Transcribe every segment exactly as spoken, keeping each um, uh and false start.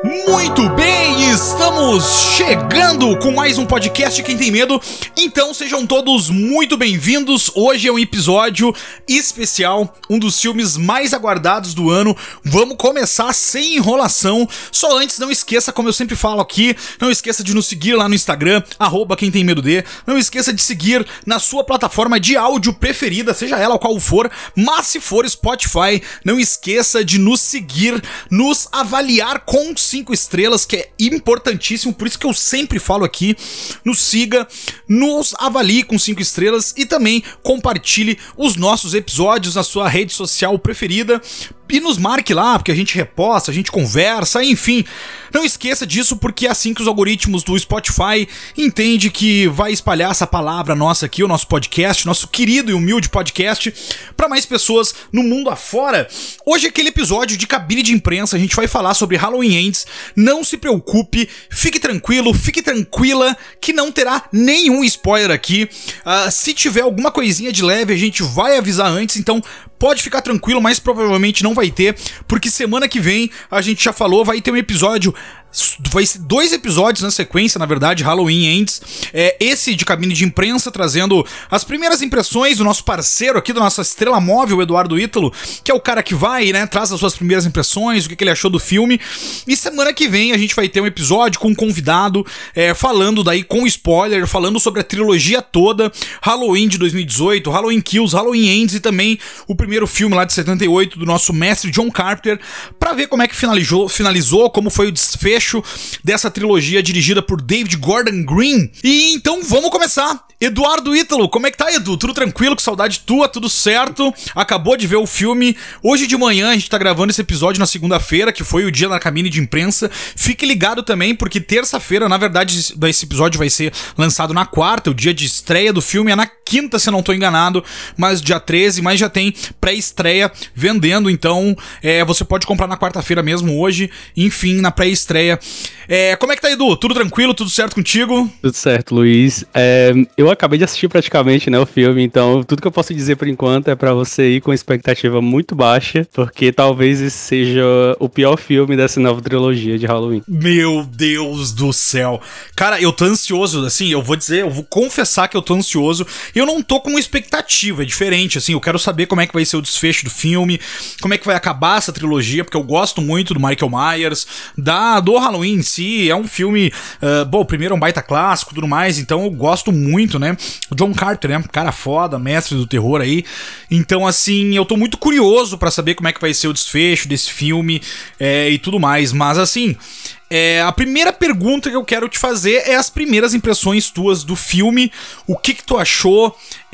Muito bem, estamos chegando com mais um podcast Quem Tem Medo. Então sejam todos muito bem-vindos. Hoje é um episódio especial, um dos filmes mais aguardados do ano. Vamos começar sem enrolação. Só antes, não esqueça, como eu sempre falo aqui, não esqueça de nos seguir lá no Instagram, arroba Quem Tem Medo D. Não esqueça de seguir na sua plataforma de áudio preferida, seja ela qual for, mas se for Spotify, não esqueça de nos seguir, nos avaliar com cinco estrelas, que é importantíssimo, por isso que eu sempre falo aqui, nos siga, nos avalie com cinco estrelas e também compartilhe os nossos episódios na sua rede social preferida e nos marque lá, porque a gente reposta, a gente conversa, enfim. Não esqueça disso, porque é assim que os algoritmos do Spotify entendem que vai espalhar essa palavra nossa aqui, o nosso podcast, nosso querido e humilde podcast, para mais pessoas no mundo afora. Hoje é aquele episódio de cabine de imprensa, a gente vai falar sobre Halloween Ends. Não se preocupe, fique tranquilo, fique tranquila, que não terá nenhum spoiler aqui. Uh, se tiver alguma coisinha de leve, a gente vai avisar antes, então pode ficar tranquilo, mas provavelmente não vai ter, porque semana que vem, a gente já falou, vai ter um episódio, vai ser dois episódios na sequência, na verdade, Halloween Ends, é, esse de cabine de imprensa, trazendo as primeiras impressões do nosso parceiro aqui, da nossa estrela móvel, Eduardo Ítalo, que é o cara que vai, né, traz as suas primeiras impressões, o que, que ele achou do filme, e semana que vem a gente vai ter um episódio com um convidado, é, falando daí com spoiler, falando sobre a trilogia toda, Halloween de dois mil e dezoito, Halloween Kills, Halloween Ends e também o primeiro filme lá de setenta e oito do nosso mestre John Carpenter, pra ver como é que finalizou, finalizou, como foi o desfecho dessa trilogia dirigida por David Gordon Green. E então vamos começar. Eduardo Ítalo, como é que tá, Edu? Tudo tranquilo? Com saudade tua? Tudo certo? Acabou de ver o filme. Hoje de manhã a gente tá gravando esse episódio na segunda-feira, que foi o dia da cabine de imprensa. Fique ligado também, porque terça-feira, na verdade, esse episódio vai ser lançado na quarta, o dia de estreia do filme é na quinta, se eu não tô enganado, mas dia treze, mas já tem pré-estreia vendendo, então é, você pode comprar na quarta-feira mesmo hoje, enfim, na pré-estreia. É, como é que tá, Edu? Tudo tranquilo? Tudo certo contigo? Tudo certo, Luiz. É, eu acabei de assistir praticamente, né, o filme, então tudo que eu posso dizer por enquanto é pra você ir com expectativa muito baixa, porque talvez esse seja o pior filme dessa nova trilogia de Halloween. Meu Deus do céu. Cara, eu tô ansioso, assim, eu vou dizer, eu vou confessar que eu tô ansioso. Eu não tô com expectativa, é diferente, assim, eu quero saber como é que vai ser o desfecho do filme, como é que vai acabar essa trilogia, porque eu gosto muito do Michael Myers, da, do Halloween em si, é um filme, uh, bom, primeiro é um baita clássico e tudo mais, então eu gosto muito, né, John Carter, né, cara foda, mestre do terror aí, então assim, eu tô muito curioso pra saber como é que vai ser o desfecho desse filme é, e tudo mais, mas assim, É, a primeira pergunta que eu quero te fazer é as primeiras impressões tuas do filme, o que que tu achou,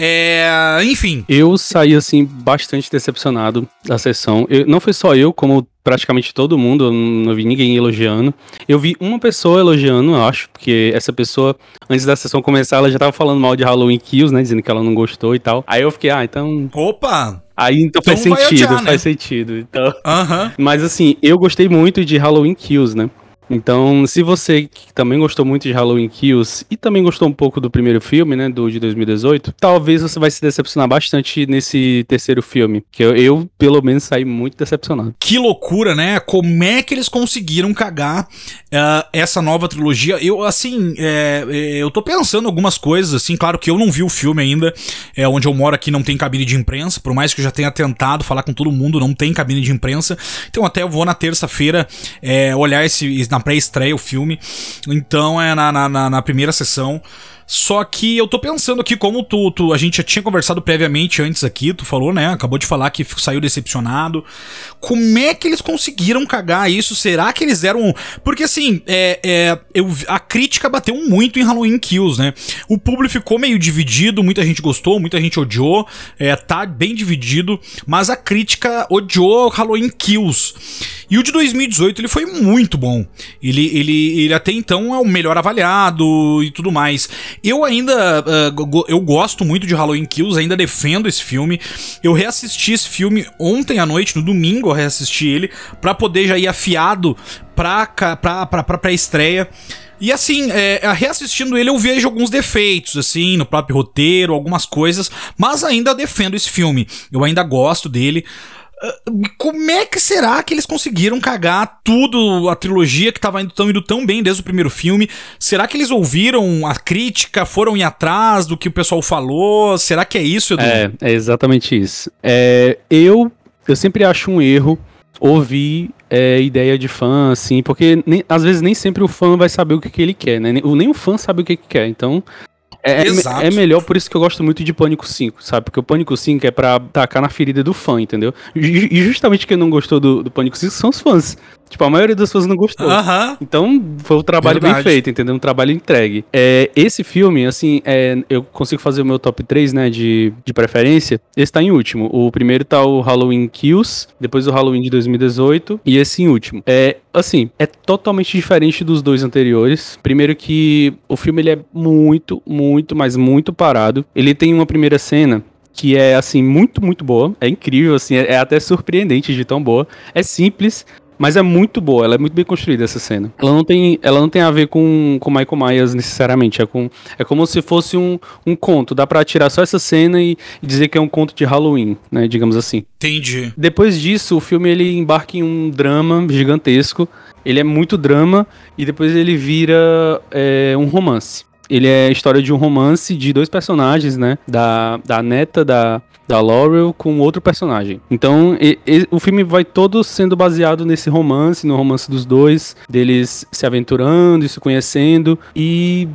é, enfim. Eu saí, assim, bastante decepcionado da sessão, eu, não foi só eu, como praticamente todo mundo, eu não vi ninguém elogiando. Eu vi uma pessoa elogiando, eu acho, porque essa pessoa, antes da sessão começar, ela já tava falando mal de Halloween Kills, né, dizendo que ela não gostou e tal. Aí eu fiquei, ah, então... Opa! Aí então, então faz sentido, odiar, né? Faz sentido. Então... Uhum. Mas assim, eu gostei muito de Halloween Kills, né? Então, se você que também gostou muito de Halloween Kills e também gostou um pouco do primeiro filme, né, do de dois mil e dezoito, talvez você vai se decepcionar bastante nesse terceiro filme, que eu, eu pelo menos, saí muito decepcionado. Que loucura, né? Como é que eles conseguiram cagar uh, essa nova trilogia? Eu, assim, é, é, eu tô pensando algumas coisas, assim, claro que eu não vi o filme ainda, é, onde eu moro aqui não tem cabine de imprensa, por mais que eu já tenha tentado falar com todo mundo, não tem cabine de imprensa, então até eu vou na terça-feira é, olhar esse... na pré-estreia o filme, então é na, na, na primeira sessão. Só que eu tô pensando aqui, como tu, tu, a gente já tinha conversado previamente antes aqui, tu falou, né, acabou de falar que saiu decepcionado, como é que eles conseguiram cagar isso? Será que eles deram... Porque assim, é, é, eu, a crítica bateu muito em Halloween Kills, né, o público ficou meio dividido, muita gente gostou, muita gente odiou, é, tá bem dividido, mas a crítica odiou Halloween Kills, e o de dois mil e dezoito ele foi muito bom, ele, ele, ele até então é o melhor avaliado e tudo mais. Eu ainda, uh, eu gosto muito de Halloween Kills, ainda defendo esse filme. Eu reassisti esse filme ontem à noite, no domingo eu reassisti ele, pra poder já ir afiado pra, pra, pra, pra, pra estreia. E assim, é, reassistindo ele eu vejo alguns defeitos, assim, no próprio roteiro, algumas coisas, mas ainda defendo esse filme. Eu ainda gosto dele. Como é que será que eles conseguiram cagar tudo, a trilogia que tava indo tão, indo tão bem desde o primeiro filme? Será que eles ouviram a crítica, foram ir atrás do que o pessoal falou? Será que é isso, Edu? É, é exatamente isso. É, eu, eu sempre acho um erro ouvir é, ideia de fã, assim, porque nem, às vezes nem sempre o fã vai saber o que, que ele quer, né? Nem, nem o fã sabe o que, que quer, então... É, é, é melhor, por isso que eu gosto muito de Pânico cinco, sabe? Porque o Pânico cinco é pra tacar na ferida do fã, entendeu? E, e justamente quem não gostou do, do Pânico cinco são os fãs. Tipo, a maioria das pessoas não gostou. Uh-huh. Então, foi um trabalho Verdade. bem feito, entendeu? Um trabalho entregue. É, esse filme, assim, é, eu consigo fazer o meu top três, né, de, de preferência. Esse tá em último. O primeiro tá o Halloween Kills, depois o Halloween de dois mil e dezoito e esse em último. É, assim, é totalmente diferente dos dois anteriores. Primeiro que o filme, ele é muito, muito, mas muito parado. Ele tem uma primeira cena que é, assim, muito, muito boa. É incrível, assim, é, é até surpreendente de tão boa. É simples, mas é muito boa, ela é muito bem construída, essa cena. Ela não tem, ela não tem a ver com o Michael Myers necessariamente, é, com, é como se fosse um, um conto. Dá pra tirar só essa cena e, e dizer que é um conto de Halloween, né, digamos assim. Entendi. Depois disso, o filme ele embarca em um drama gigantesco. Ele é muito drama e depois ele vira é, um romance. Ele é a história de um romance de dois personagens, né, da, da neta da... da Laurel com outro personagem. Então, e, e, o filme vai todo sendo baseado nesse romance, no romance dos dois, deles se aventurando e se conhecendo, e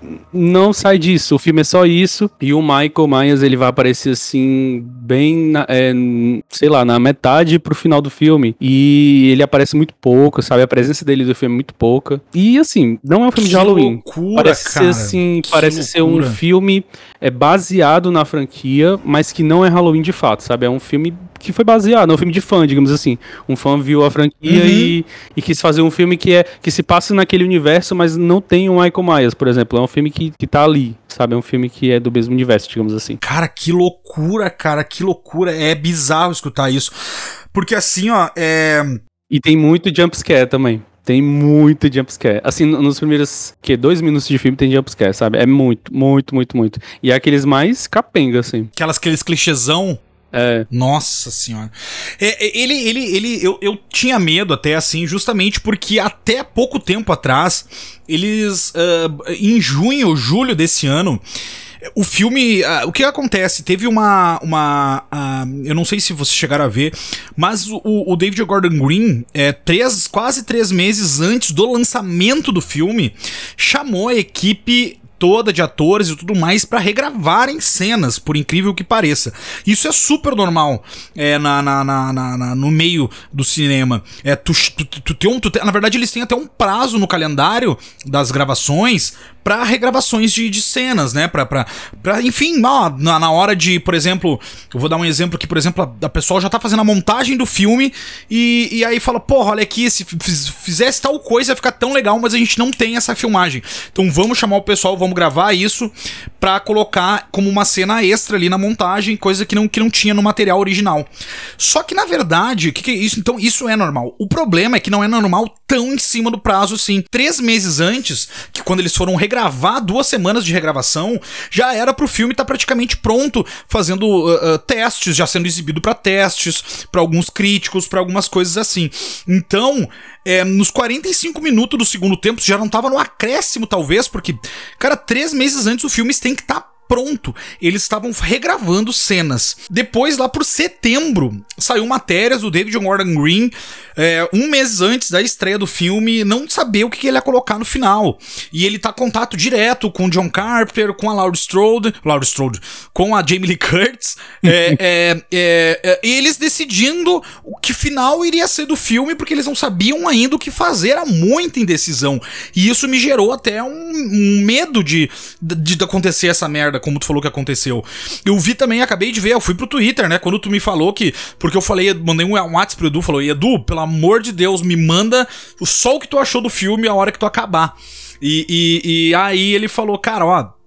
não sai disso. O filme é só isso, e o Michael Myers, ele vai aparecer assim, bem, na, é, sei lá, na metade pro final do filme, e ele aparece muito pouco, sabe? A presença dele do filme é muito pouca. E, assim, não é um filme que de Halloween. Loucura, parece cara. ser assim, que parece loucura. ser um filme é, baseado na franquia, mas que não é Halloween de fato, sabe? É um filme que foi baseado, é um filme de fã, digamos assim. Um fã viu a franquia uhum. e, e quis fazer um filme que, é, que se passa naquele universo, mas não tem o Michael Myers, por exemplo. É um filme que, que tá ali, sabe? É um filme que é do mesmo universo, digamos assim. Cara, que loucura, cara, que loucura. É bizarro escutar isso. Porque assim, ó, é... E tem muito jumpscare também. Tem muito jumpscare. Assim, nos primeiros, que, dois minutos de filme tem jumpscare, sabe? É muito, muito, muito, muito. E é aqueles mais capenga, assim. Aquelas, aqueles clichêzão. É. Nossa senhora. É, ele, ele, ele, eu, eu tinha medo até, assim, justamente porque até pouco tempo atrás, eles, uh, em junho, julho desse ano, o filme, uh, o que acontece? Teve uma, uma uh, eu não sei se vocês chegaram a ver, mas o, o David Gordon Green, é, três, quase três meses antes do lançamento do filme, chamou a equipe toda de atores e tudo mais pra regravarem cenas, por incrível que pareça. Isso é super normal é, na, na, na, na, no meio do cinema. É, tu, tu, tu tem um, tu tem, na verdade, eles têm até um prazo no calendário das gravações pra regravações de, de cenas, né? Pra, pra, pra, enfim, ó, na, na hora de, por exemplo, eu vou dar um exemplo aqui, por exemplo, a, a pessoa já tá fazendo a montagem do filme e, e aí fala, porra, olha aqui, se fiz, fizesse tal coisa ia ficar tão legal, mas a gente não tem essa filmagem. Então vamos chamar o pessoal, vamos gravar isso pra colocar como uma cena extra ali na montagem, coisa que não, que não tinha no material original. Só que, na verdade, o que, que é isso? Então, isso é normal. O problema é que não é normal tão em cima do prazo assim. Três meses antes, que quando eles foram regravar, duas semanas de regravação, já era pro filme estar tá praticamente pronto, fazendo uh, uh, testes, já sendo exibido pra testes, pra alguns críticos, pra algumas coisas assim. Então, é, nos quarenta e cinco minutos do segundo tempo, já não tava no acréscimo, talvez, porque, cara, três meses antes o filme tem que estar tá pronto. Eles estavam regravando cenas. Depois, lá por setembro, saiu matérias do David Gordon Green, é, um mês antes da estreia do filme, não saber o que ele ia colocar no final. E ele tá em contato direto com o John Carpenter, com a Laurie Strode, Laurie Strode, com a Jamie Lee Curtis, é, é, é, é, e eles decidindo o que final iria ser do filme, porque eles não sabiam ainda o que fazer, era muita indecisão. E isso me gerou até um, um medo de, de, de acontecer essa merda, como tu falou que aconteceu. Eu vi também, acabei de ver, eu fui pro Twitter, né, quando tu me falou que, porque eu falei, mandei um WhatsApp pro Edu, falou, Edu, pelo amor de Deus, me manda só o que tu achou do filme a hora que tu acabar. E, e, e aí ele falou, cara, ó,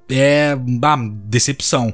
é uma decepção.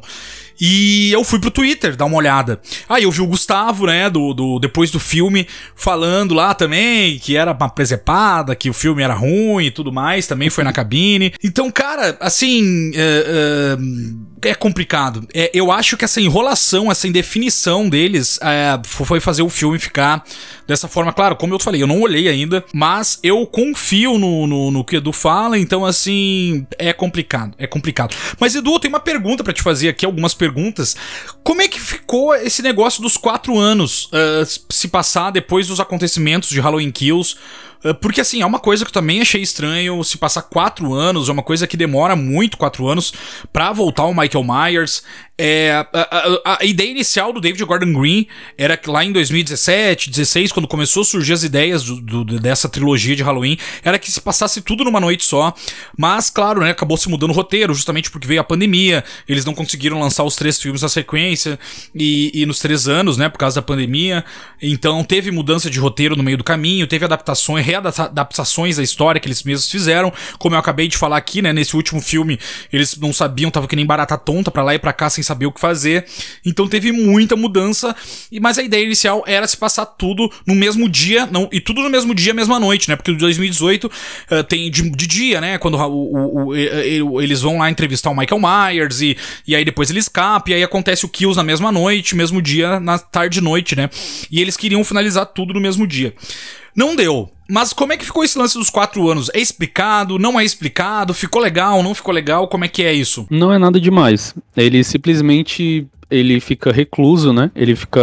E eu fui pro Twitter dar uma olhada. Aí eu vi o Gustavo, né, do, do, depois do filme, falando lá também que era uma presepada, que o filme era ruim e tudo mais, também foi na cabine. Então, cara, assim, é, é, é complicado. É, eu acho que essa enrolação, essa indefinição deles é, foi fazer o filme ficar dessa forma. Claro, como eu te falei, eu não olhei ainda, mas eu confio no, no, no que o Edu fala, então, assim, é complicado, é complicado. Mas, Edu, eu tenho uma pergunta pra te fazer aqui, algumas perguntas. perguntas. Como é que ficou esse negócio dos quatro anos uh, se passar depois dos acontecimentos de Halloween Kills? Uh, porque assim, é uma coisa que eu também achei estranho se passar quatro anos, é uma coisa que demora muito, quatro anos, pra voltar o Michael Myers. É, a, a, a ideia inicial do David Gordon Green era que lá em dois mil e dezessete, dezesseis, quando começou a surgir as ideias do, do, dessa trilogia de Halloween, era que se passasse tudo numa noite só. Mas, claro, né, acabou se mudando o roteiro, justamente porque veio a pandemia, eles não conseguiram lançar os três filmes na sequência, e, e nos três anos, né, por causa da pandemia. Então teve mudança de roteiro no meio do caminho, teve adaptações, readaptações da história que eles mesmos fizeram. Como eu acabei de falar aqui, né, nesse último filme, eles não sabiam, tava que nem barata tonta pra lá e pra cá sem saber o que fazer. Então teve muita mudança, mas a ideia inicial era se passar tudo no mesmo dia, não, e tudo no mesmo dia, mesma noite, né, porque o dois mil e dezoito uh, tem de, de dia, né, quando o, o, o, o, eles vão lá entrevistar o Michael Myers, e, e aí depois ele escapa, e aí acontece o Kills na mesma noite, mesmo dia, na tarde e noite, né, e eles queriam finalizar tudo no mesmo dia. Não deu. Mas como é que ficou esse lance dos quatro anos? É explicado? Não é explicado? Ficou legal? Não ficou legal? Como é que é isso? Não é nada demais. Ele simplesmente... ele fica recluso, né? Ele fica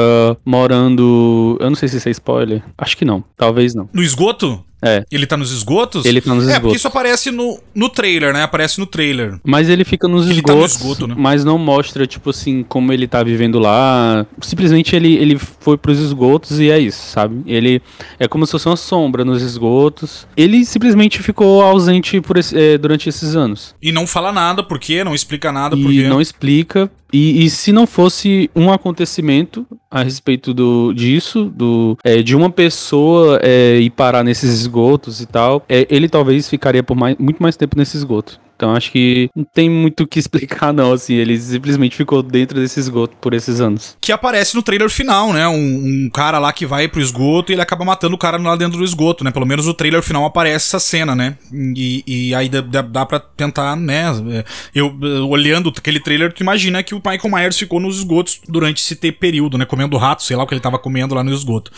morando... Eu não sei se isso é spoiler. Acho que não. Talvez não. No esgoto? É. Ele tá nos esgotos? Ele tá nos esgotos. É, porque isso aparece no, no trailer, né? Aparece no trailer. Mas ele fica nos ele esgotos, tá no esgoto, né? Mas não mostra, tipo assim, como ele tá vivendo lá. Simplesmente ele, ele foi pros esgotos e é isso, sabe? Ele é como se fosse uma sombra nos esgotos. Ele simplesmente ficou ausente por esse, é, durante esses anos. E não fala nada, por quê? Não explica nada, por quê? E não explica. E, e se não fosse um acontecimento a respeito do, disso, do, é, de uma pessoa é, ir parar nesses esgotos e tal, é, ele talvez ficaria por mais, muito mais tempo nesse esgoto. Então acho que não tem muito o que explicar não, assim, ele simplesmente ficou dentro desse esgoto por esses anos. Que aparece no trailer final, né, um, um cara lá que vai pro esgoto e ele acaba matando o cara lá dentro do esgoto, né, pelo menos no trailer final aparece essa cena, né, e, e aí dá, dá, dá pra tentar, né, eu olhando aquele trailer, tu imagina que o Michael Myers ficou nos esgotos durante esse período, né, comendo rato, sei lá o que ele tava comendo lá no esgoto.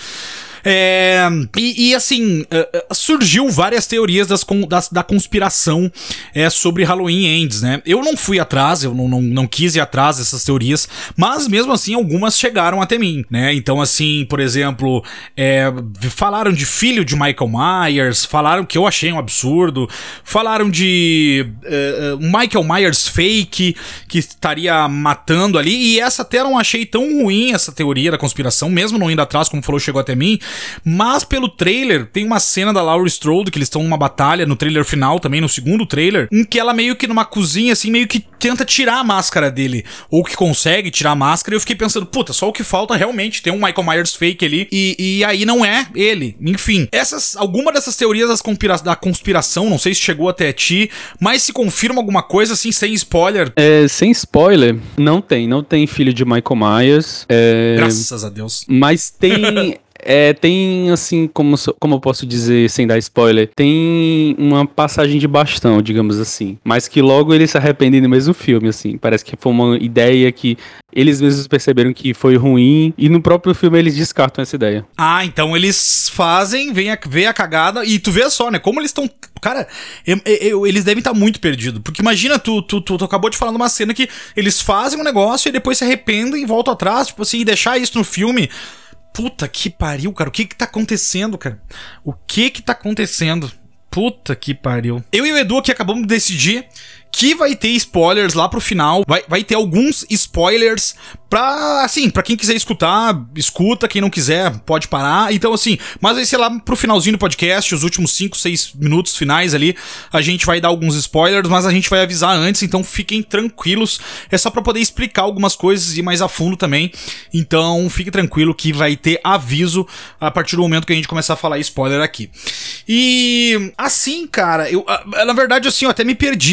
É, e, e assim, uh, surgiu várias teorias das, das, da conspiração é, sobre Halloween Ends, né? Eu não fui atrás, eu não, não, não quis ir atrás dessas teorias, mas mesmo assim algumas chegaram até mim, né? Então assim, por exemplo, é, falaram de filho de Michael Myers, falaram que eu achei um absurdo, falaram de uh, Michael Myers fake, que estaria matando ali, e essa até não achei tão ruim, essa teoria da conspiração, mesmo não indo atrás, como falou, chegou até mim. Mas pelo trailer, tem uma cena da Laurie Strode, que eles estão numa batalha no trailer final também, no segundo trailer, em que ela meio que numa cozinha, assim, meio que tenta tirar a máscara dele, ou que consegue tirar a máscara, e eu fiquei pensando, puta, só o que falta realmente, tem um Michael Myers fake ali, e, e aí não é ele. Enfim, essas, alguma dessas teorias das conspira- da conspiração, não sei se chegou até ti, mas se confirma alguma coisa, assim, sem spoiler? É, sem spoiler, não tem, não tem filho de Michael Myers. É... Graças a Deus. Mas tem... É, tem, assim, como, como eu posso dizer, sem dar spoiler, tem uma passagem de bastão, digamos assim, mas que logo eles se arrependem no mesmo filme, assim, parece que foi uma ideia que eles mesmos perceberam que foi ruim, e no próprio filme eles descartam essa ideia. Ah, então eles fazem, vem a, vem a cagada, e tu vê só, né, como eles estão... Cara, eu, eu, eles devem estar muito perdidos, porque imagina, tu, tu, tu, tu acabou de falar numa cena que eles fazem um negócio e depois se arrependem e voltam atrás, tipo assim, e deixar isso no filme... Puta que pariu, cara. O que que tá acontecendo, cara? O que que tá acontecendo? Puta que pariu. Eu e o Edu aqui acabamos de decidir que vai ter spoilers lá pro final. Vai, vai ter alguns spoilers pra, assim, pra quem quiser escutar, escuta. Quem não quiser, pode parar. Então, assim, mas vai ser lá pro finalzinho do podcast, os últimos cinco, seis minutos finais ali, a gente vai dar alguns spoilers, mas a gente vai avisar antes, então fiquem tranquilos. É só pra poder explicar algumas coisas e ir mais a fundo também. Então, fique tranquilo que vai ter aviso a partir do momento que a gente começar a falar spoiler aqui. E, assim, cara, eu, na verdade, assim, eu até me perdi aqui.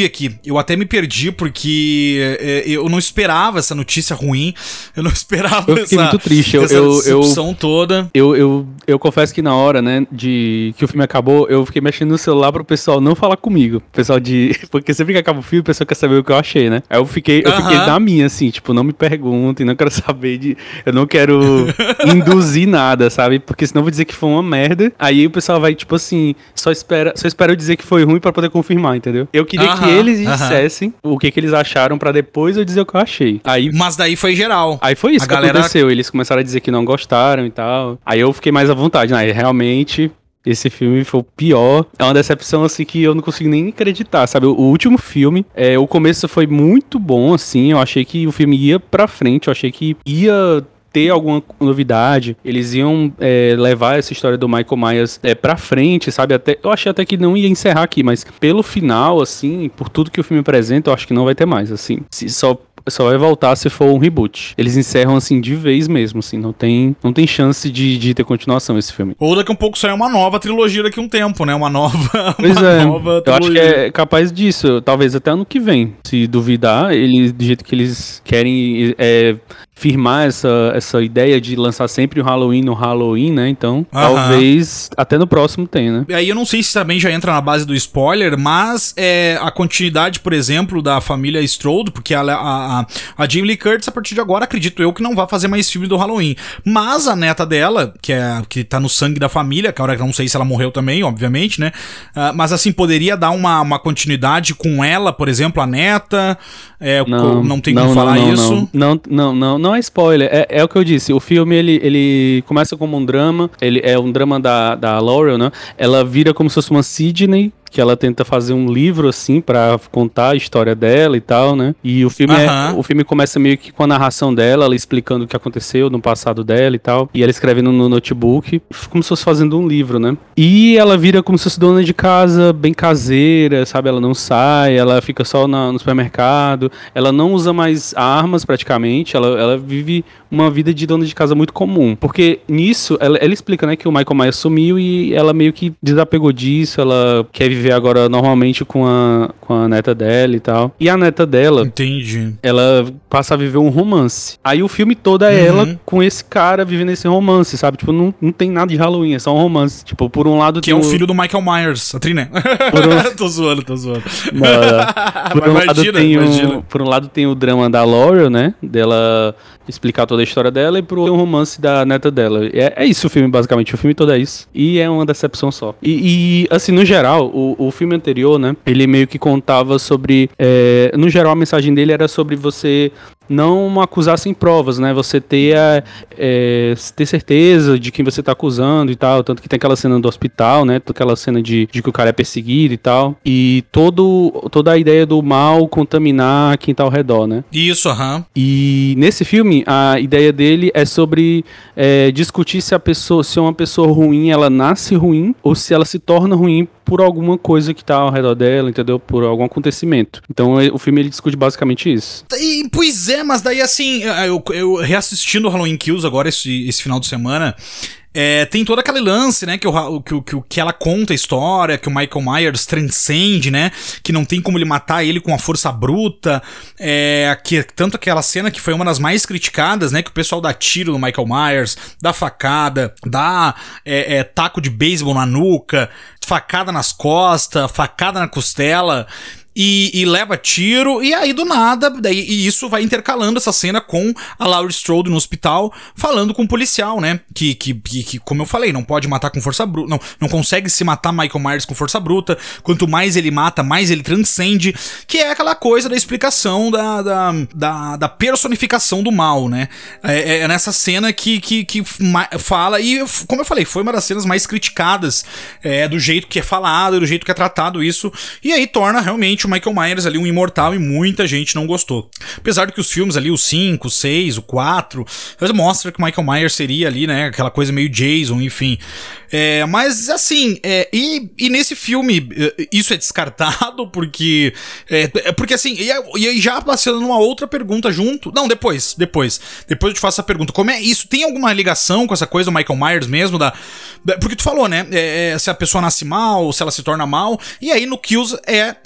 eu até me perdi porque é, eu não esperava essa notícia ruim, eu não esperava eu fiquei essa, muito triste. Eu, essa eu, decepção eu, toda. Eu, eu, eu confesso que na hora, né, de que o filme acabou, eu fiquei mexendo no celular pro pessoal não falar comigo. O pessoal de... Porque sempre que acaba o filme, o pessoal quer saber o que eu achei, né? Aí eu fiquei, eu Aham. fiquei na minha, assim, tipo, não me perguntem, não quero saber de... Eu não quero induzir nada, sabe? Porque senão eu vou dizer que foi uma merda. Aí o pessoal vai, tipo assim, só espera, só espera eu dizer que foi ruim pra poder confirmar, entendeu? Eu queria Aham, que eles aham. dissessem o que, que eles acharam pra depois eu dizer o que eu achei. Aí... Mas daí foi geral. Aí foi isso A que galera... aconteceu, eles começaram a dizer que não gostaram e tal. Aí eu fiquei mais à vontade, né? Realmente, esse filme foi o pior. É uma decepção, assim, que eu não consigo nem acreditar, sabe? O, o último filme, é, o começo foi muito bom, assim, eu achei que o filme ia pra frente, eu achei que ia... ter alguma novidade, eles iam é, levar essa história do Michael Myers é, pra frente, sabe? Até, eu achei até que não ia encerrar aqui, mas pelo final, assim, por tudo que o filme apresenta, eu acho que não vai ter mais, assim. Se só só vai voltar se for um reboot. Eles encerram, assim, de vez mesmo, assim, não tem, não tem chance de, de ter continuação esse filme. Ou daqui a um pouco sai uma nova trilogia daqui a um tempo, né? Uma nova, pois uma é, nova eu acho que é capaz disso, talvez até ano que vem, se duvidar, eles, do jeito que eles querem é, firmar essa, essa ideia de lançar sempre o Halloween no Halloween, né? Então, Aham. talvez até no próximo tenha, né? E aí eu não sei se também já entra na base do spoiler, mas é, a continuidade, por exemplo, da família Strode, porque a, a, a Jamie Lee Curtis, a partir de agora, acredito eu que não vai fazer mais filme do Halloween. Mas a neta dela, que, é, que tá no sangue da família, que agora eu não sei se ela morreu também, obviamente, né? Uh, mas assim, poderia dar uma, uma continuidade com ela, por exemplo, a neta. É, não, não tem não, como falar não, isso. Não, não, não, não é spoiler. É, é o que eu disse. O filme, ele, ele começa como um drama. Ele é um drama da, da Laurel, né? Ela vira como se fosse uma Sidney, que ela tenta fazer um livro, assim, pra contar a história dela e tal, né? E o filme, Aham. é, o filme começa meio que com a narração dela, ela explicando o que aconteceu no passado dela e tal. E ela escrevendo no notebook, como se fosse fazendo um livro, né? E ela vira como se fosse dona de casa, bem caseira, sabe? Ela não sai, ela fica só na, no supermercado. Ela não usa mais armas, praticamente. Ela, ela vive uma vida de dona de casa muito comum. Porque nisso, ela, ela explica, né, que o Michael Myers sumiu e ela meio que desapegou disso, ela quer viver viver agora normalmente com a, com a neta dela e tal. E a neta dela... Entendi. Ela passa a viver um romance. Aí o filme todo é Uhum. ela com esse cara vivendo esse romance, sabe? Tipo, não, não tem nada de Halloween, é só um romance. Tipo, por um lado... Que é o filho do Michael Myers, a Trina. Um... tô zoando, tô zoando. Não, não. Por, um imagina, lado tem imagina. Um, por um lado tem o drama da Laurel, né? Dela explicar toda a história dela, e por outro um romance da neta dela. É, é isso o filme, basicamente. O filme todo é isso. E é uma decepção só. E, e assim, no geral, o, o filme anterior, né? Ele meio que contava sobre... É, no geral, a mensagem dele era sobre você... não acusar sem provas, né? Você ter, a, é, ter certeza de quem você tá acusando e tal. Tanto que tem aquela cena do hospital, né? Aquela cena de, de que o cara é perseguido e tal. E todo, toda a ideia do mal contaminar quem tá ao redor, né? Isso, aham. Uhum. E nesse filme, a ideia dele é sobre é, discutir se a pessoa, se uma pessoa ruim, ela nasce ruim ou se ela se torna ruim por alguma coisa que tá ao redor dela, entendeu? Por algum acontecimento. Então o filme ele discute basicamente isso. E, pois é, mas daí assim, eu, eu reassistindo o Halloween Kills agora esse, esse final de semana, é, tem todo aquele lance, né, que, o, que, que, que ela conta a história, que o Michael Myers transcende, né, que não tem como ele matar ele com a força bruta, é, que, tanto aquela cena que foi uma das mais criticadas, né, que o pessoal dá tiro no Michael Myers, dá facada, dá é, é, taco de beisebol na nuca, facada nas costas, facada na costela... E, e leva tiro, e aí do nada, daí, e isso vai intercalando essa cena com a Laurie Strode no hospital, falando com o policial, né, que, que, que, que como eu falei, não pode matar com força bruta, não, não consegue se matar Michael Myers com força bruta, quanto mais ele mata, mais ele transcende, que é aquela coisa da explicação da, da, da, da personificação do mal, né, é, é nessa cena que, que, que fala, e como eu falei, foi uma das cenas mais criticadas, é, do jeito que é falado, do jeito que é tratado isso, e aí torna realmente o Michael Myers ali um imortal e muita gente não gostou. Apesar de que os filmes ali, o cinco, o seis, o quatro, mostra que o Michael Myers seria ali, né, aquela coisa meio Jason, enfim. É, mas assim, é, e, e nesse filme isso é descartado porque é, porque assim, e aí já passando numa outra pergunta junto, não, depois, depois depois eu te faço a pergunta, como é isso, tem alguma ligação com essa coisa do Michael Myers mesmo, da, da porque tu falou, né, é, se a pessoa nasce mal, se ela se torna mal, e aí no Kills é explicado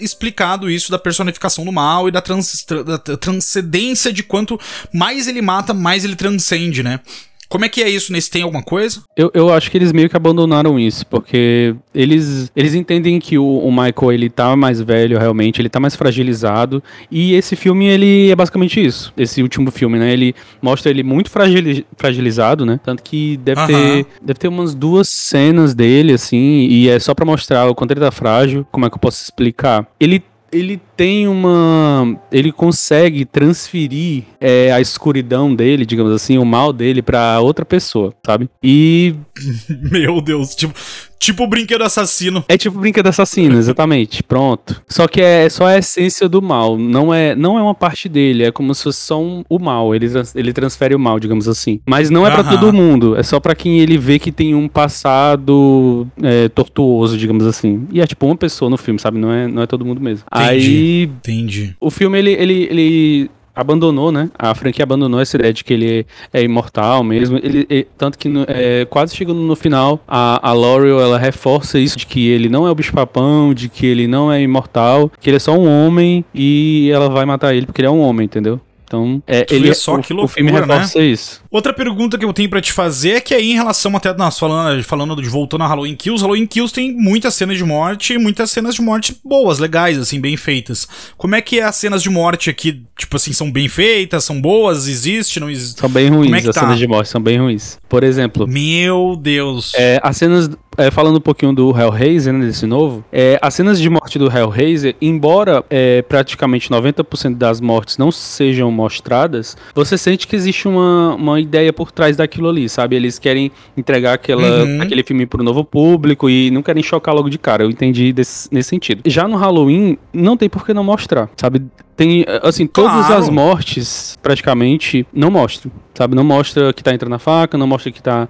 explicado isso da personificação do mal e da, trans, da transcendência de quanto mais ele mata, mais ele transcende, né? Como é que é isso, nesse tem alguma coisa? Eu, eu acho que eles meio que abandonaram isso, porque eles, eles entendem que o, o Michael, ele tá mais velho realmente, ele tá mais fragilizado, e esse filme, ele é basicamente isso, esse último filme, né, ele mostra ele muito fragili- fragilizado, né, tanto que deve, uh-huh. ter, deve ter umas duas cenas dele, assim, e é só pra mostrar o quanto ele tá frágil, como é que eu posso explicar? Ele Ele tem uma... Ele consegue transferir é, a escuridão dele, digamos assim, o mal dele pra outra pessoa, sabe? E... Meu Deus, tipo... Tipo o brinquedo assassino. É tipo o brinquedo assassino, exatamente. Pronto. Só que é só a essência do mal. Não é, não é uma parte dele. É como se fosse só um, o mal. Ele, ele transfere o mal, digamos assim. Mas não é pra todo mundo. É só pra quem ele vê que tem um passado é, tortuoso, digamos assim. E é tipo uma pessoa no filme, sabe? Não é, não é todo mundo mesmo. Entendi. Aí... Entendi. O filme, ele... ele, ele... abandonou, né? A franquia abandonou essa ideia de que ele é imortal mesmo. Ele, ele, tanto que no, é, quase chegando no final, a, a Laurel, ela reforça isso de que ele não é o bicho-papão, de que ele não é imortal, que ele é só um homem e ela vai matar ele porque ele é um homem, entendeu? Então, é, ele é só o, que loucura, o filme reforça, né? Isso. Outra pergunta que eu tenho pra te fazer é que aí em relação até, nós falando, falando de voltando a Halloween Kills, Halloween Kills tem muitas cenas de morte e muitas cenas de morte boas, legais, assim, bem feitas. Como é que é as cenas de morte aqui, tipo assim, são bem feitas, são boas, existe, não existe? São bem ruins, é as tá? cenas de morte são bem ruins. Por exemplo... Meu Deus! É, as cenas... É, falando um pouquinho do Hellraiser, né, desse novo, é, as cenas de morte do Hellraiser, embora é, praticamente noventa por cento das mortes não sejam mostradas, você sente que existe uma, uma ideia por trás daquilo ali, sabe? Eles querem entregar aquela, uhum. aquele filme pro novo público e não querem chocar logo de cara, eu entendi desse, nesse sentido. Já no Halloween, não tem por que não mostrar, sabe? Tem, assim, todas claro. as mortes, praticamente, não mostram, sabe? Não mostra que tá entrando na faca, não mostra que tá...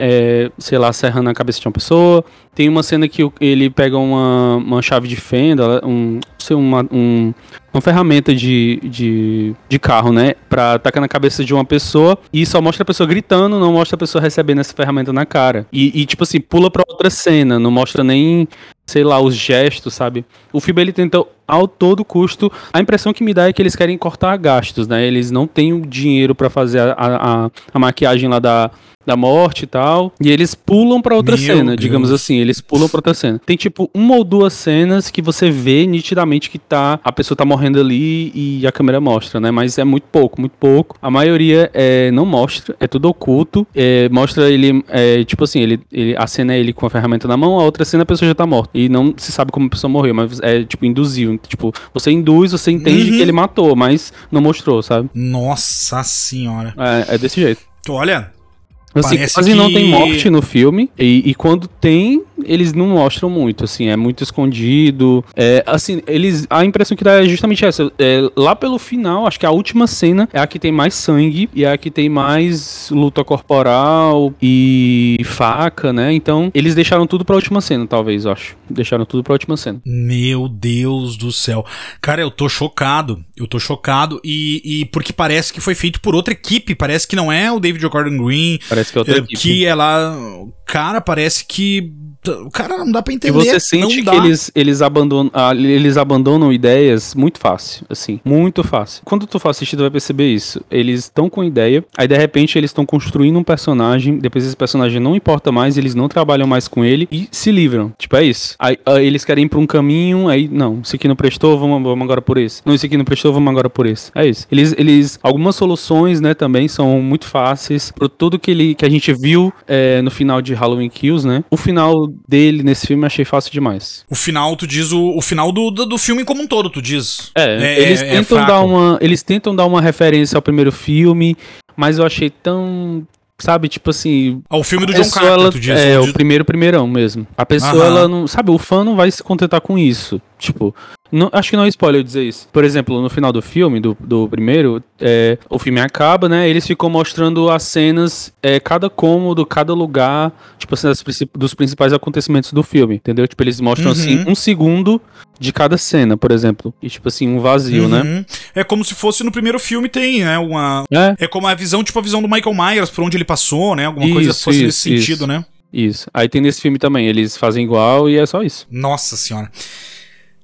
É, sei lá, serrando a cabeça de uma pessoa. Tem uma cena que ele pega uma, uma chave de fenda, um, sei, uma, um, uma ferramenta de, de, de carro, né? Pra tacar na cabeça de uma pessoa e só mostra a pessoa gritando, não mostra a pessoa recebendo essa ferramenta na cara. E, e tipo assim, pula pra outra cena, não mostra nem, sei lá, os gestos, sabe? O filme, ele tenta ao todo custo. A impressão que me dá é que eles querem cortar gastos, né? Eles não têm o dinheiro pra fazer a, a, a maquiagem lá da... da morte e tal, e eles pulam pra outra Meu cena, Deus. digamos assim, eles pulam pra outra cena. Tem tipo uma ou duas cenas que você vê nitidamente que tá, a pessoa tá morrendo ali e a câmera mostra, né, mas é muito pouco, muito pouco. A maioria é, não mostra, é tudo oculto, é, mostra ele, é, tipo assim, ele, ele, a cena é ele com a ferramenta na mão, a outra cena a pessoa já tá morta, e não se sabe como a pessoa morreu, mas é tipo induziu, tipo, você induz, você entende uhum. que ele matou, mas não mostrou, sabe? Nossa senhora. É, é desse jeito. Olha... Assim, quase que... não tem morte no filme, e, e quando tem, eles não mostram muito, assim, é muito escondido, é, assim, eles, a impressão que dá é justamente essa, é, lá pelo final, acho que a última cena é a que tem mais sangue, e é a que tem mais luta corporal e faca, né, então eles deixaram tudo pra última cena, talvez, eu acho, deixaram tudo pra última cena. Meu Deus do céu, cara, eu tô chocado, eu tô chocado, e, e porque parece que foi feito por outra equipe, parece que não é o David Gordon Green, parece que é outra equipe. Que ela... Cara, parece que... Cara, não dá pra entender. E você sente que eles, eles, abandonam, eles abandonam ideias muito fácil, assim, muito fácil. Quando tu for assistir, tu vai perceber isso. Eles estão com ideia, aí de repente eles estão construindo um personagem, depois esse personagem não importa mais, eles não trabalham mais com ele e se livram. Tipo, é isso. Aí, aí eles querem ir pra um caminho, aí, não, isso aqui não prestou, vamos, vamos agora por esse. Não, isso aqui não prestou, vamos agora por esse. É isso. Eles, eles algumas soluções, né, também são muito fáceis. Por tudo que, ele, que a gente viu é, no final de Halloween Kills, né, o final dele nesse filme eu achei fácil demais. O final, tu diz o, o final do, do, do filme como um todo, tu diz. É, é eles, tentam é dar uma, eles tentam dar uma referência ao primeiro filme, mas eu achei tão... Sabe, tipo assim... Ao filme do John Carpenter, ela, tu diz. É, o primeiro primeirão mesmo. A pessoa, Aham. ela não... Sabe, o fã não vai se contentar com isso. Tipo... Não, acho que não é spoiler eu dizer isso. Por exemplo, no final do filme, do, do primeiro, é, o filme acaba, né? Eles ficam mostrando as cenas, é, cada cômodo, cada lugar, tipo assim, das, dos principais acontecimentos do filme, entendeu? Tipo, eles mostram, uhum. assim, um segundo de cada cena, por exemplo. E, tipo assim, um vazio, uhum. né? É como se fosse no primeiro filme, tem, né? Uma... É, é como a visão, tipo a visão do Michael Myers, por onde ele passou, né? Alguma isso, coisa que fosse isso, nesse sentido, isso. né? Isso. Aí tem nesse filme também, eles fazem igual e é só isso. Nossa senhora.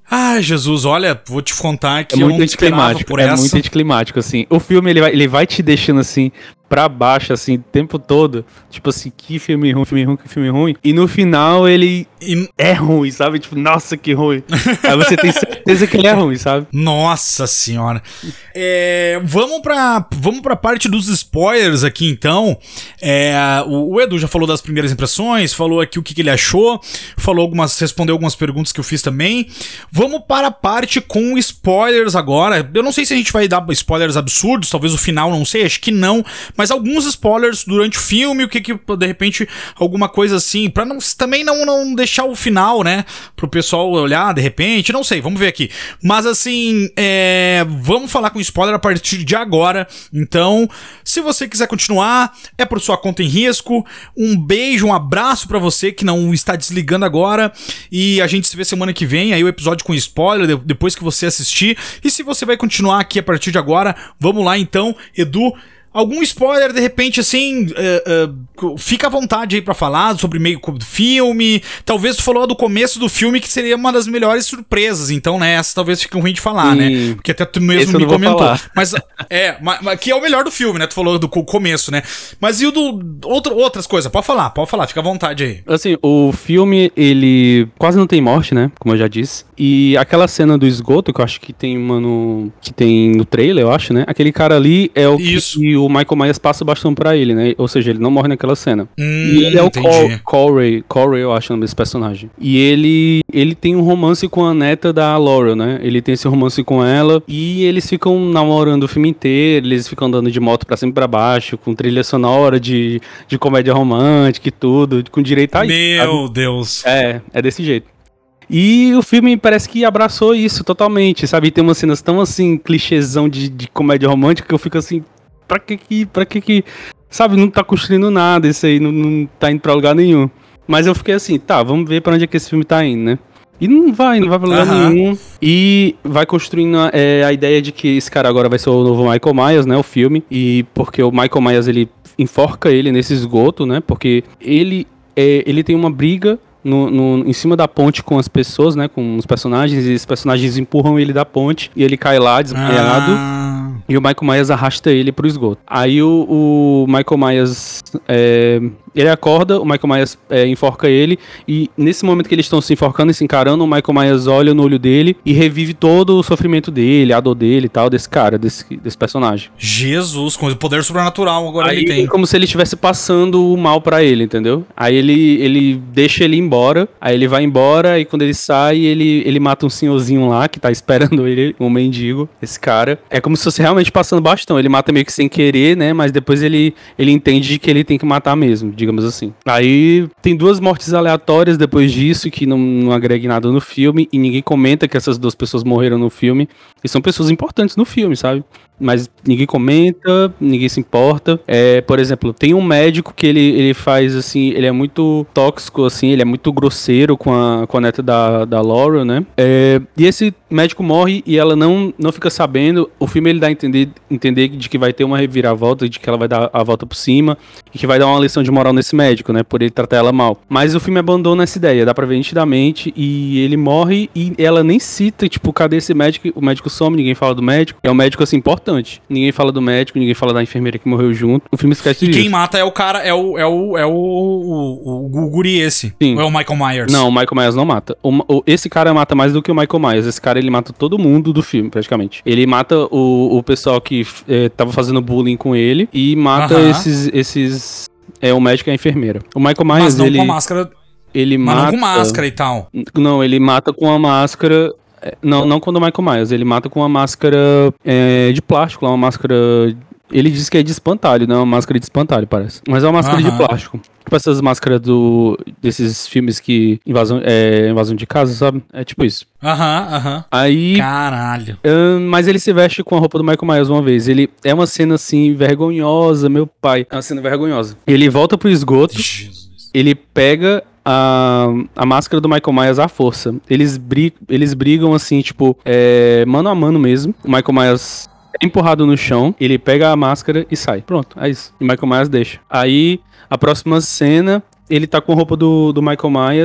Ai, Jesus, olha, vou te contar que é eu muito não esperava por essa. É muito anticlimático, assim. O filme, ele vai, ele vai te deixando, assim, pra baixo, assim, o tempo todo. Tipo assim, que filme ruim, filme ruim, que filme ruim. E no final, ele E- é ruim, sabe? Tipo, nossa, que ruim. Aí você tem certeza que ele é ruim, sabe? Nossa senhora. É, vamos pra, vamos pra parte dos spoilers aqui, então. É, o, o Edu já falou das primeiras impressões, falou aqui o que, que ele achou, falou algumas, respondeu algumas perguntas que eu fiz também. Vamos para a parte com spoilers agora. Eu não sei se a gente vai dar spoilers absurdos, talvez o final, não sei, acho que não. Mas alguns spoilers durante o filme, o que que, de repente, alguma coisa assim, pra não, também não, não deixar o final, né, pro pessoal olhar, de repente, não sei, vamos ver aqui. Mas assim, é, vamos falar com spoiler a partir de agora. Então, se você quiser continuar, é por sua conta em risco. Um beijo, um abraço pra você que não está desligando agora. E a gente se vê semana que vem, aí o episódio com spoiler, depois que você assistir. E se você vai continuar aqui a partir de agora, vamos lá então, Edu. Algum spoiler, de repente, assim, uh, uh, fica à vontade aí pra falar sobre meio do filme. Talvez tu falou do começo do filme, que seria uma das melhores surpresas. Então, né, essa talvez fique ruim de falar, Sim. né? Porque até tu mesmo Esse me eu não vou comentou. falar. Mas, é, mas, mas que é o melhor do filme, né? Tu falou do co- começo, né? Mas e o do... Outro, outras coisas? Pode falar, pode falar, fica à vontade aí. Assim, o filme, ele quase não tem morte, né? Como eu já disse. E aquela cena do esgoto, que eu acho que tem uma no... que tem no trailer, eu acho, né? Aquele cara ali é o Isso. que o Michael Myers passa o bastão pra ele, né? Ou seja, ele não morre naquela cena. Hum, E ele é o entendi. Cor- Corey, Corey, eu acho o nome desse personagem. E ele, ele tem um romance com a neta da Laurel, né? Ele tem esse romance com ela e eles ficam namorando o filme inteiro, eles ficam andando de moto pra cima e pra baixo, com trilha sonora de, de comédia romântica e tudo, com direito a isso, Meu sabe? Deus. É, é desse jeito. E o filme parece que abraçou isso totalmente, sabe? E tem umas cenas tão assim, clichêzão de, de comédia romântica que eu fico assim, pra que que, pra que que, sabe? Não tá construindo nada isso aí, não, não tá indo pra lugar nenhum. Mas eu fiquei assim, tá, vamos ver pra onde é que esse filme tá indo, né? E não vai, não vai pra lugar Aham. nenhum. E vai construindo é, a ideia de que esse cara agora vai ser o novo Michael Myers, né? O filme. E porque o Michael Myers, ele enforca ele nesse esgoto, né? Porque ele, é, ele tem uma briga no, no, em cima da ponte com as pessoas, né? Com os personagens. E esses personagens empurram ele da ponte. E ele cai lá, desmaiado. Ah, E o Michael Myers arrasta ele pro esgoto. Aí o, o Michael Myers... É, ele acorda, o Michael Myers é, enforca ele. E nesse momento que eles estão se enforcando e se encarando, o Michael Myers olha no olho dele e revive todo o sofrimento dele, a dor dele e tal, desse cara, desse, desse personagem. Jesus, com o poder sobrenatural agora Aí ele tem. é como se ele estivesse passando o mal pra ele, entendeu? Aí ele, ele deixa ele ir embora, aí ele vai embora, e quando ele sai, ele, ele mata um senhorzinho lá que tá esperando ele, um mendigo, esse cara. É como se fosse realmente passando bastão. Ele mata meio que sem querer, né? Mas depois ele, ele entende que ele tem que matar mesmo, digamos assim. Aí tem duas mortes aleatórias depois disso, que não, não agrega nada no filme, e ninguém comenta que essas duas pessoas morreram no filme, e são pessoas importantes no filme, sabe? Mas ninguém comenta, ninguém se importa. É, por exemplo, tem um médico que ele, ele faz assim, ele é muito tóxico, assim, ele é muito grosseiro com a, com a neta da, da Laurel, né? É, e esse médico morre e ela não, não fica sabendo. O filme ele dá a entender, entender de que vai ter uma reviravolta, de que ela vai dar a volta por cima e que vai dar uma lição de moral nesse médico, né? Por ele tratar ela mal. Mas o filme abandona essa ideia, dá pra ver nitidamente, e ele morre e ela nem cita, tipo, cadê esse médico? O médico some, ninguém fala do médico. É um médico, assim, importante. Ninguém fala do médico, ninguém fala da enfermeira que morreu junto. O filme esquece E disso. quem mata é o cara, é o, é o, é o, o, o, o guri esse. Sim. Ou é o Michael Myers? Não, o Michael Myers não mata. O, o, esse cara mata mais do que o Michael Myers. Esse cara, ele mata todo mundo do filme, praticamente. Ele mata o, o pessoal que é, tava fazendo bullying com ele e mata Aham. esses, esses... É, o médico e a enfermeira. O Michael Myers, Mas não ele... com a máscara. Ele Mas mata... não com máscara e tal. Não, ele mata com a máscara... Não, não com o do Michael Myers. Ele mata com uma máscara é, de plástico, lá, uma máscara... Ele diz que é de espantalho, não é uma máscara de espantalho, parece. Mas é uma máscara Aham. de plástico. Tipo essas máscaras do, desses filmes que... Invasão, é, invasão de casa, sabe? É tipo isso. Aham, aham. Aí... Caralho. Ahn, mas ele se veste com a roupa do Michael Myers uma vez. Ele é uma cena, assim, vergonhosa, meu pai. É uma cena vergonhosa. Ele volta pro esgoto, Jesus. ele pega... A, a máscara do Michael Myers à força. Eles, bri eles brigam assim, tipo, é, mano a mano mesmo. O Michael Myers é empurrado no chão, ele pega a máscara e sai. Pronto, é isso. E o Michael Myers deixa. Aí, a próxima cena, ele tá com a roupa do, do Michael Myers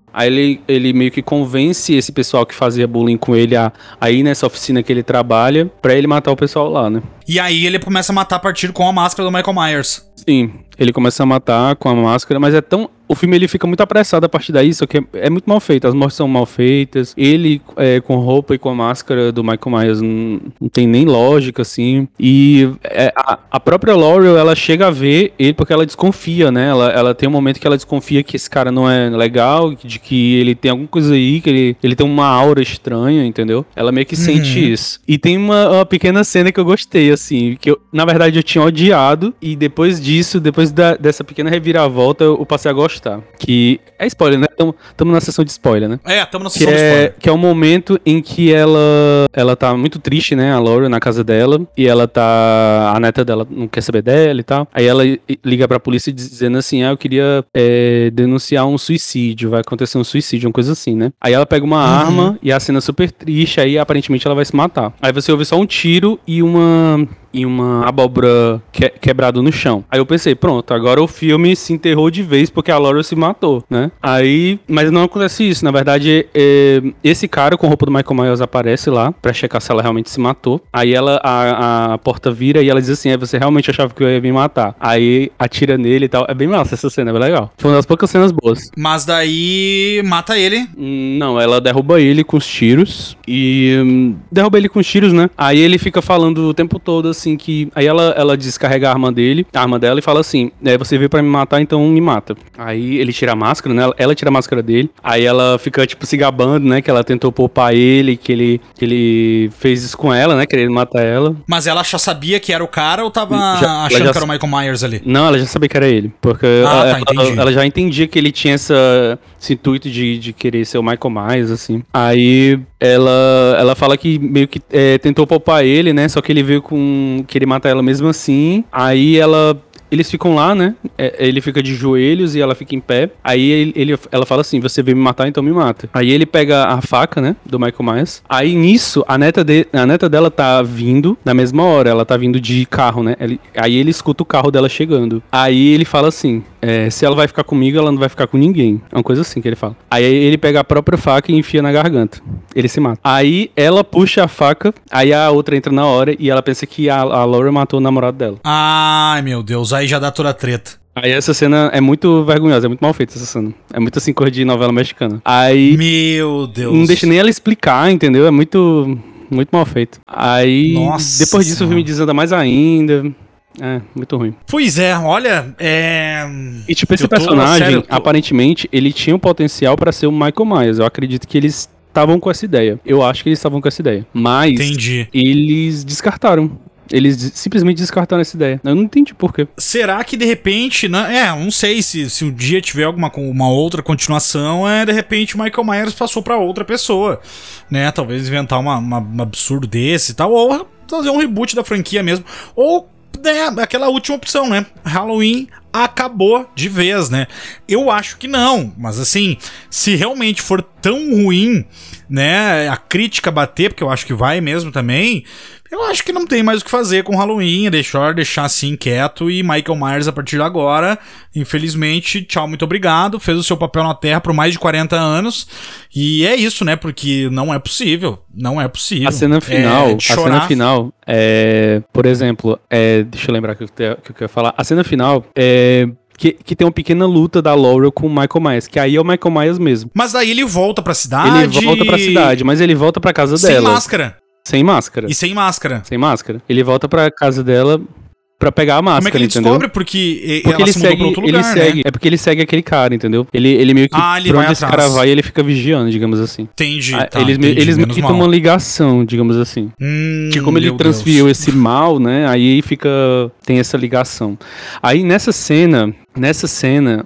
Aí ele, ele meio que convence esse pessoal que fazia bullying com ele a, a ir nessa oficina que ele trabalha pra ele matar o pessoal lá, né? E aí ele começa a matar a partir com a máscara do Michael Myers. Sim, ele começa a matar com a máscara, mas é tão... O filme ele fica muito apressado a partir daí, só que é, é muito mal feito, as mortes são mal feitas. Ele é, com roupa e com a máscara do Michael Myers não, não tem nem lógica, assim. E é, a, a própria Laurel, ela chega a ver ele porque ela desconfia, né? Ela, ela tem um momento que ela desconfia que esse cara não é legal, de que ele tem alguma coisa aí, que ele, ele tem uma aura estranha, entendeu? Ela meio que uhum. sente isso. E tem uma, uma pequena cena que eu gostei, assim, que eu, na verdade eu tinha odiado, e depois disso, depois da, dessa pequena reviravolta, eu, eu passei a gostar. Que é spoiler, né? Estamos na sessão de spoiler, né? É, estamos na sessão que de spoiler. É, que é o momento em que ela ela tá muito triste, né? A Laura na casa dela. E ela tá... A neta dela não quer saber dela e tal. Aí ela liga pra polícia dizendo assim, ah, eu queria é, denunciar um suicídio. Vai acontecer um suicídio, uma coisa assim, né? Aí ela pega uma uhum. arma e a cena é super triste. Aí aparentemente ela vai se matar. Aí você ouve só um tiro e uma... e uma abóbora que, quebrada no chão. Aí eu pensei, pronto, agora o filme se enterrou de vez porque a Laura se matou, né? Aí, mas não acontece isso, na verdade, é, esse cara com a roupa do Michael Myers aparece lá pra checar se ela realmente se matou. Aí ela, a, a porta vira e ela diz assim, é, você realmente achava que eu ia me matar? Aí atira nele e tal, é bem massa essa cena, é bem legal. Foi uma das poucas cenas boas. Mas daí mata ele? Não, ela derruba ele com os tiros e hum, derruba ele com os tiros, né? Aí ele fica falando o tempo todo assim que... Aí ela, ela descarrega a arma dele, a arma dela e fala assim, é, você veio pra me matar, então me mata. Aí ele tira a máscara, né? Ela tira a máscara dele. Aí ela fica, tipo, se gabando, né? Que ela tentou poupar ele, que ele, que ele fez isso com ela, né? Querendo matar ela. Mas ela já sabia que era o cara ou tava já, achando já... que era o Michael Myers ali? Não, ela já sabia que era ele. Porque ah, ela, tá, ela, ela já entendia que ele tinha essa, esse intuito de, de querer ser o Michael Myers, assim. Aí ela, ela fala que meio que é, tentou poupar ele, né? Só que ele veio com... querer matar ela mesmo assim. Aí ela... Eles ficam lá, né? Ele fica de joelhos e ela fica em pé. Aí ele, ele, ela fala assim, você veio me matar, então me mata. Aí ele pega a faca, né? Do Michael Myers. Aí nisso, a neta, de, a neta dela tá vindo na mesma hora. Ela tá vindo de carro, né? Ele, aí ele escuta o carro dela chegando. Aí ele fala assim, é, se ela vai ficar comigo, ela não vai ficar com ninguém. É uma coisa assim que ele fala. Aí ele pega a própria faca e enfia na garganta. Ele se mata. Aí ela puxa a faca, aí a outra entra na hora e ela pensa que a, a Laura matou o namorado dela. Ai, meu Deus. Aí já dá toda a treta. Aí essa cena é muito vergonhosa, é muito mal feita essa cena. É muito assim, cor de novela mexicana. Aí... Meu Deus. Não deixa nem ela explicar, entendeu? É muito... Muito mal feito. Aí... Nossa depois disso senhora. O filme desanda mais ainda... É, muito ruim. Pois é, olha, é... E tipo, esse personagem, sério, tô... aparentemente, ele tinha o potencial pra ser o Michael Myers. Eu acredito que eles estavam com essa ideia. Eu acho que eles estavam com essa ideia. Mas... Entendi. Eles descartaram. Eles simplesmente descartaram essa ideia. Eu não entendi por quê. Será que de repente, né? É, não sei se, se um dia tiver alguma uma outra continuação, é de repente o Michael Myers passou pra outra pessoa, né? Talvez inventar uma, uma, um absurdo desse e tal, ou fazer um reboot da franquia mesmo, ou né, aquela última opção, né? Halloween acabou de vez, né? Eu acho que não, mas assim, se realmente for tão ruim, né, a crítica bater, porque eu acho que vai mesmo também, eu acho que não tem mais o que fazer com Halloween, é deixar, deixar assim quieto e Michael Myers a partir de agora, infelizmente, tchau, muito obrigado, fez o seu papel na Terra por mais de quarenta anos e é isso, né, porque não é possível, não é possível. A cena final, é, a cena final, é, por exemplo, é, deixa eu lembrar o que, que eu quero falar, a cena final é... Que, que tem uma pequena luta da Laura com o Michael Myers, que aí é o Michael Myers mesmo. Mas daí ele volta pra cidade... Ele volta pra cidade, mas ele volta pra casa sem dela. Sem máscara. Sem máscara. E sem máscara. Sem máscara. Ele volta pra casa dela... Pra pegar a máscara, como é que ele entendeu? descobre? Porque, porque ela ele se mudou segue, pra outro lugar, ele segue, né? É porque ele segue aquele cara, entendeu? Ele, ele meio que, ah, ele pra vai onde esse atrás. cara vai, ele fica vigiando, digamos assim. Entendi, ah, tá, Eles, entendi, eles meio que mal. têm uma ligação, digamos assim. Hum, que como ele transferiu Deus. esse mal, né, aí fica, tem essa ligação. Aí nessa cena... Nessa cena,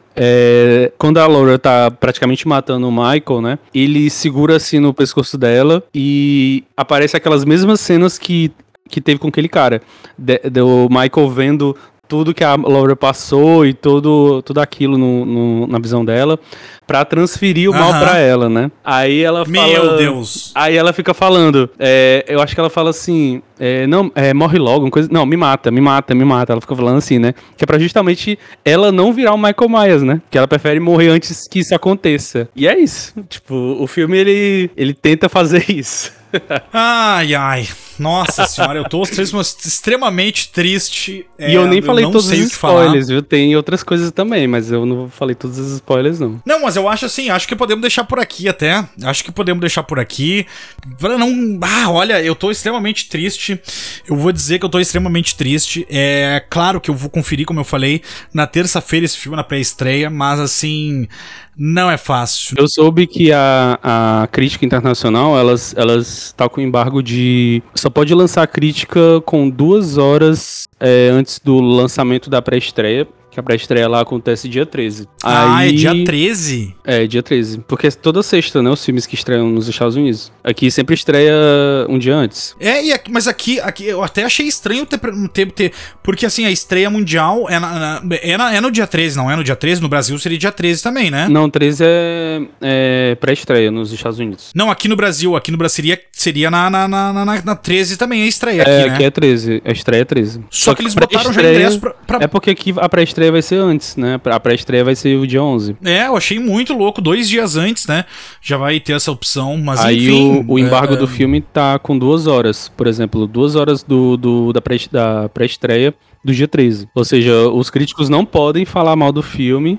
é, quando a Laura tá praticamente matando o Michael, né? Ele segura assim no pescoço dela e aparece aquelas mesmas cenas que, que teve com aquele cara. De, do Michael vendo tudo que a Laura passou e tudo, tudo aquilo no, no- na visão dela, pra transferir o mal Aham. pra ela, né? Aí ela fala... Meu Deus. Aí ela fica falando, é, eu acho que ela fala assim, é, não, é, morre logo, uma coisa, não, me mata, me mata, me mata. Ela fica falando assim, né? Que é pra justamente ela não virar o Michael Myers, né? Que ela prefere morrer antes que isso aconteça. E é isso. Tipo, o filme, ele, ele tenta fazer isso. Ai, ai. Nossa senhora, eu tô extremamente triste. E eu é, nem falei não todos os sei o que falar. spoilers, viu? Tem outras coisas também, mas eu não falei todos os spoilers, não. Não, mas eu acho assim, acho que podemos deixar por aqui até. Acho que podemos deixar por aqui. Pra não. Ah, olha, eu tô extremamente triste. Eu vou dizer que eu tô extremamente triste. É claro que eu vou conferir, como eu falei, na terça-feira esse filme na pré-estreia, mas assim. Não é fácil. Eu soube que a, a crítica internacional, elas, elas tá com embargo de... Só pode lançar crítica com duas horas é, antes do lançamento da pré-estreia, que a pré-estreia lá acontece dia treze. Ah, Aí, é dia treze? É, dia treze. Porque é toda sexta, né, os filmes que estreiam nos Estados Unidos. Aqui sempre estreia um dia antes. É, e aqui, mas aqui, aqui eu até achei estranho ter, ter, ter. Porque assim, a estreia mundial é, na, na, é, na, é no dia treze, não é no dia treze? No Brasil seria dia treze também, né? Não, treze é, é pré-estreia nos Estados Unidos. Não, aqui no Brasil, aqui no Brasil seria, seria na, na, na, na, na treze também a estreia É, aqui, né? aqui é treze, a estreia é treze. Só, que eles a botaram já pré-estreia- ingresso pra, pra... É porque aqui a pré-estreia vai ser antes, né? A pré-estreia vai ser o dia onze. É, eu achei muito louco, dois dias antes, né? Já vai ter essa opção, mas Aí enfim... o, o embargo é, do filme tá com duas horas. Por exemplo, duas horas do, do, da pré- da pré-estreia do dia treze. Ou seja, os críticos não podem falar mal do filme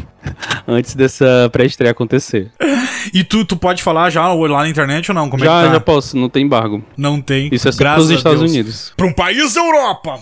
antes dessa pré-estreia acontecer. E tu, tu pode falar já lá na internet ou não? Como já, é que tá? já posso, não tem embargo. Não tem. Isso é só Graças pros a Estados Deus. Unidos. Pra um país da Europa.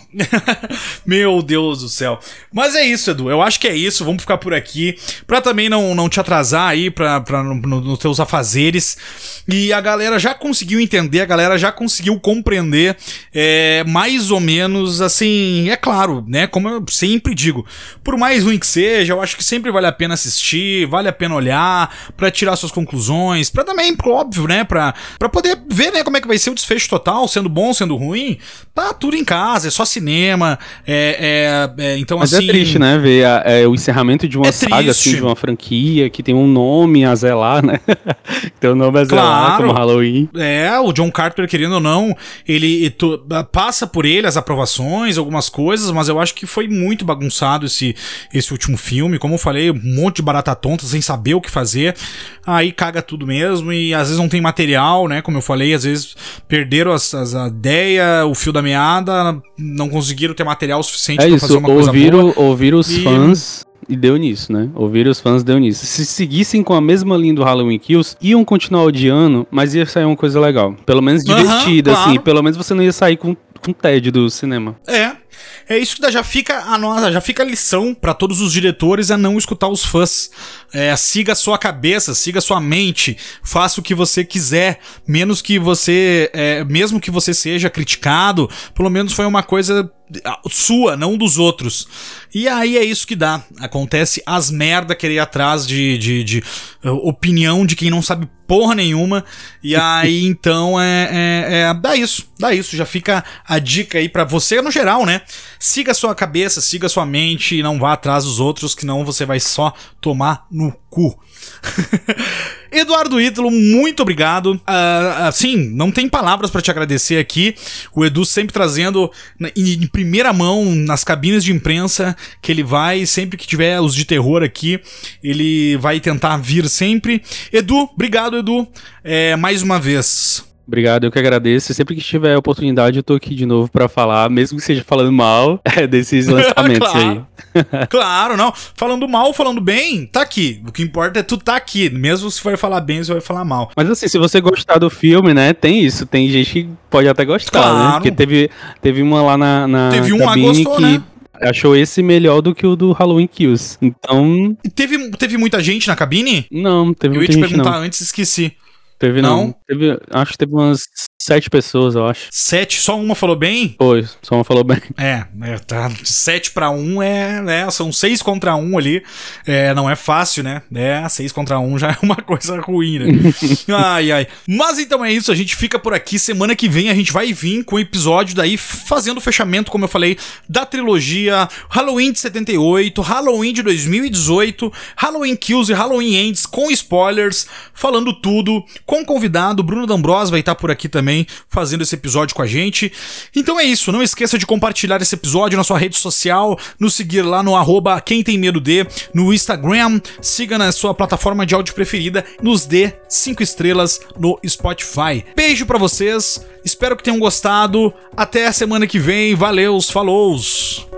Meu Deus do céu. Mas é isso, Edu. Eu acho que é isso. Vamos ficar por aqui. Pra também não, não te atrasar aí pra, pra, no, no, nos teus afazeres. E a galera já conseguiu entender, a galera já conseguiu compreender é, mais ou menos, assim, é claro, né? Como eu sempre digo, por mais ruim que seja, eu acho que sempre vale a pena assistir, vale a pena olhar, pra tirar suas conclusões, pra também, óbvio, né? Pra, pra poder ver, né, como é que vai ser o desfecho total, sendo bom, sendo ruim. Tá tudo em casa, é só cinema. É, é, é, então, Mas assim. é triste, né? Ver a- é, o encerramento de uma É saga, triste. assim, de uma franquia que tem um nome a zelar, né? Tem um nome a zelar, Claro. como Halloween. É, o John Carpenter, querendo ou não, ele e tu- passa por ele as aprovações, algumas coisas, mas eu acho que foi muito bagunçado esse, esse último filme. Como eu falei, um monte de barata tonta, sem saber o que fazer. Aí caga tudo mesmo e às vezes não tem material, né? Como eu falei, às vezes perderam as, as, a ideia, o fio da meada, não conseguiram ter material suficiente É pra isso, fazer uma coisa ouviram, boa. ouviram os E- fãs e deu nisso, né? Ouviram os fãs, deu nisso. Se seguissem com a mesma linha do Halloween Kills, iam continuar odiando, mas ia sair uma coisa legal. Pelo menos Aham, divertida, claro. assim. Pelo menos você não ia sair com, com tédio do cinema. É. É isso que dá, já fica a nossa, já fica a lição pra todos os diretores é não escutar os fãs. É, siga a sua cabeça, siga a sua mente, faça o que você quiser, menos que você, é, mesmo que você seja criticado, pelo menos foi uma coisa sua, não dos outros. E aí é isso que dá. Acontece as merda querer ir atrás de, de, de uh, opinião de quem não sabe porra nenhuma. E aí então é, é, é. Dá isso, dá isso. Já fica a dica aí pra você no geral, né? Siga a sua cabeça, siga a sua mente e não vá atrás dos outros, que não você vai só tomar no cu. Eduardo Ítalo, muito obrigado. Uh, assim, não tem palavras pra te agradecer aqui. O Edu sempre trazendo na- em, em primeira mão nas cabines de imprensa que ele vai, sempre que tiver os de terror aqui, ele vai tentar vir sempre. Edu, obrigado, Edu. É, mais uma vez. Obrigado, eu que agradeço. Sempre que tiver oportunidade, eu tô aqui de novo pra falar, mesmo que seja falando mal, é, desses lançamentos Claro. aí. Claro, não. Falando mal, falando bem, tá aqui. O que importa é tu tá aqui. Mesmo se for falar bem, você vai falar mal. Mas assim, se você gostar do filme, né, tem isso. Tem gente que pode até gostar, Claro. né? Porque teve, teve uma lá na, na Teve um lá que cabine gostou, que né? achou esse melhor do que o do Halloween Kills. Então, E Teve, teve muita gente na cabine? não, teve Eu ia muita te gente perguntar não. antes, esqueci. Teve não. Não? Teve, acho que teve umas Sete pessoas, eu acho. Sete? Só uma falou bem? Pois, só uma falou bem. É, é tá. Sete pra um é, né? São seis contra um ali. É, não é fácil, né? É, seis contra um já é uma coisa ruim, né? Ai, ai. Mas então é isso, a gente fica por aqui. Semana que vem a gente vai vir com o episódio daí fazendo o fechamento, como eu falei, da trilogia Halloween de setenta e oito, Halloween de dois mil e dezoito, Halloween Kills e Halloween Ends com spoilers, falando tudo, com convidado. Bruno D'Ambros vai estar por aqui também, fazendo esse episódio com a gente. Então é isso, não esqueça de compartilhar esse episódio na sua rede social, nos seguir lá no arroba quem tem medo de, no Instagram, siga na sua plataforma de áudio preferida, nos dê cinco estrelas no Spotify. Beijo pra vocês, espero que tenham gostado, até a semana que vem, valeus, falous!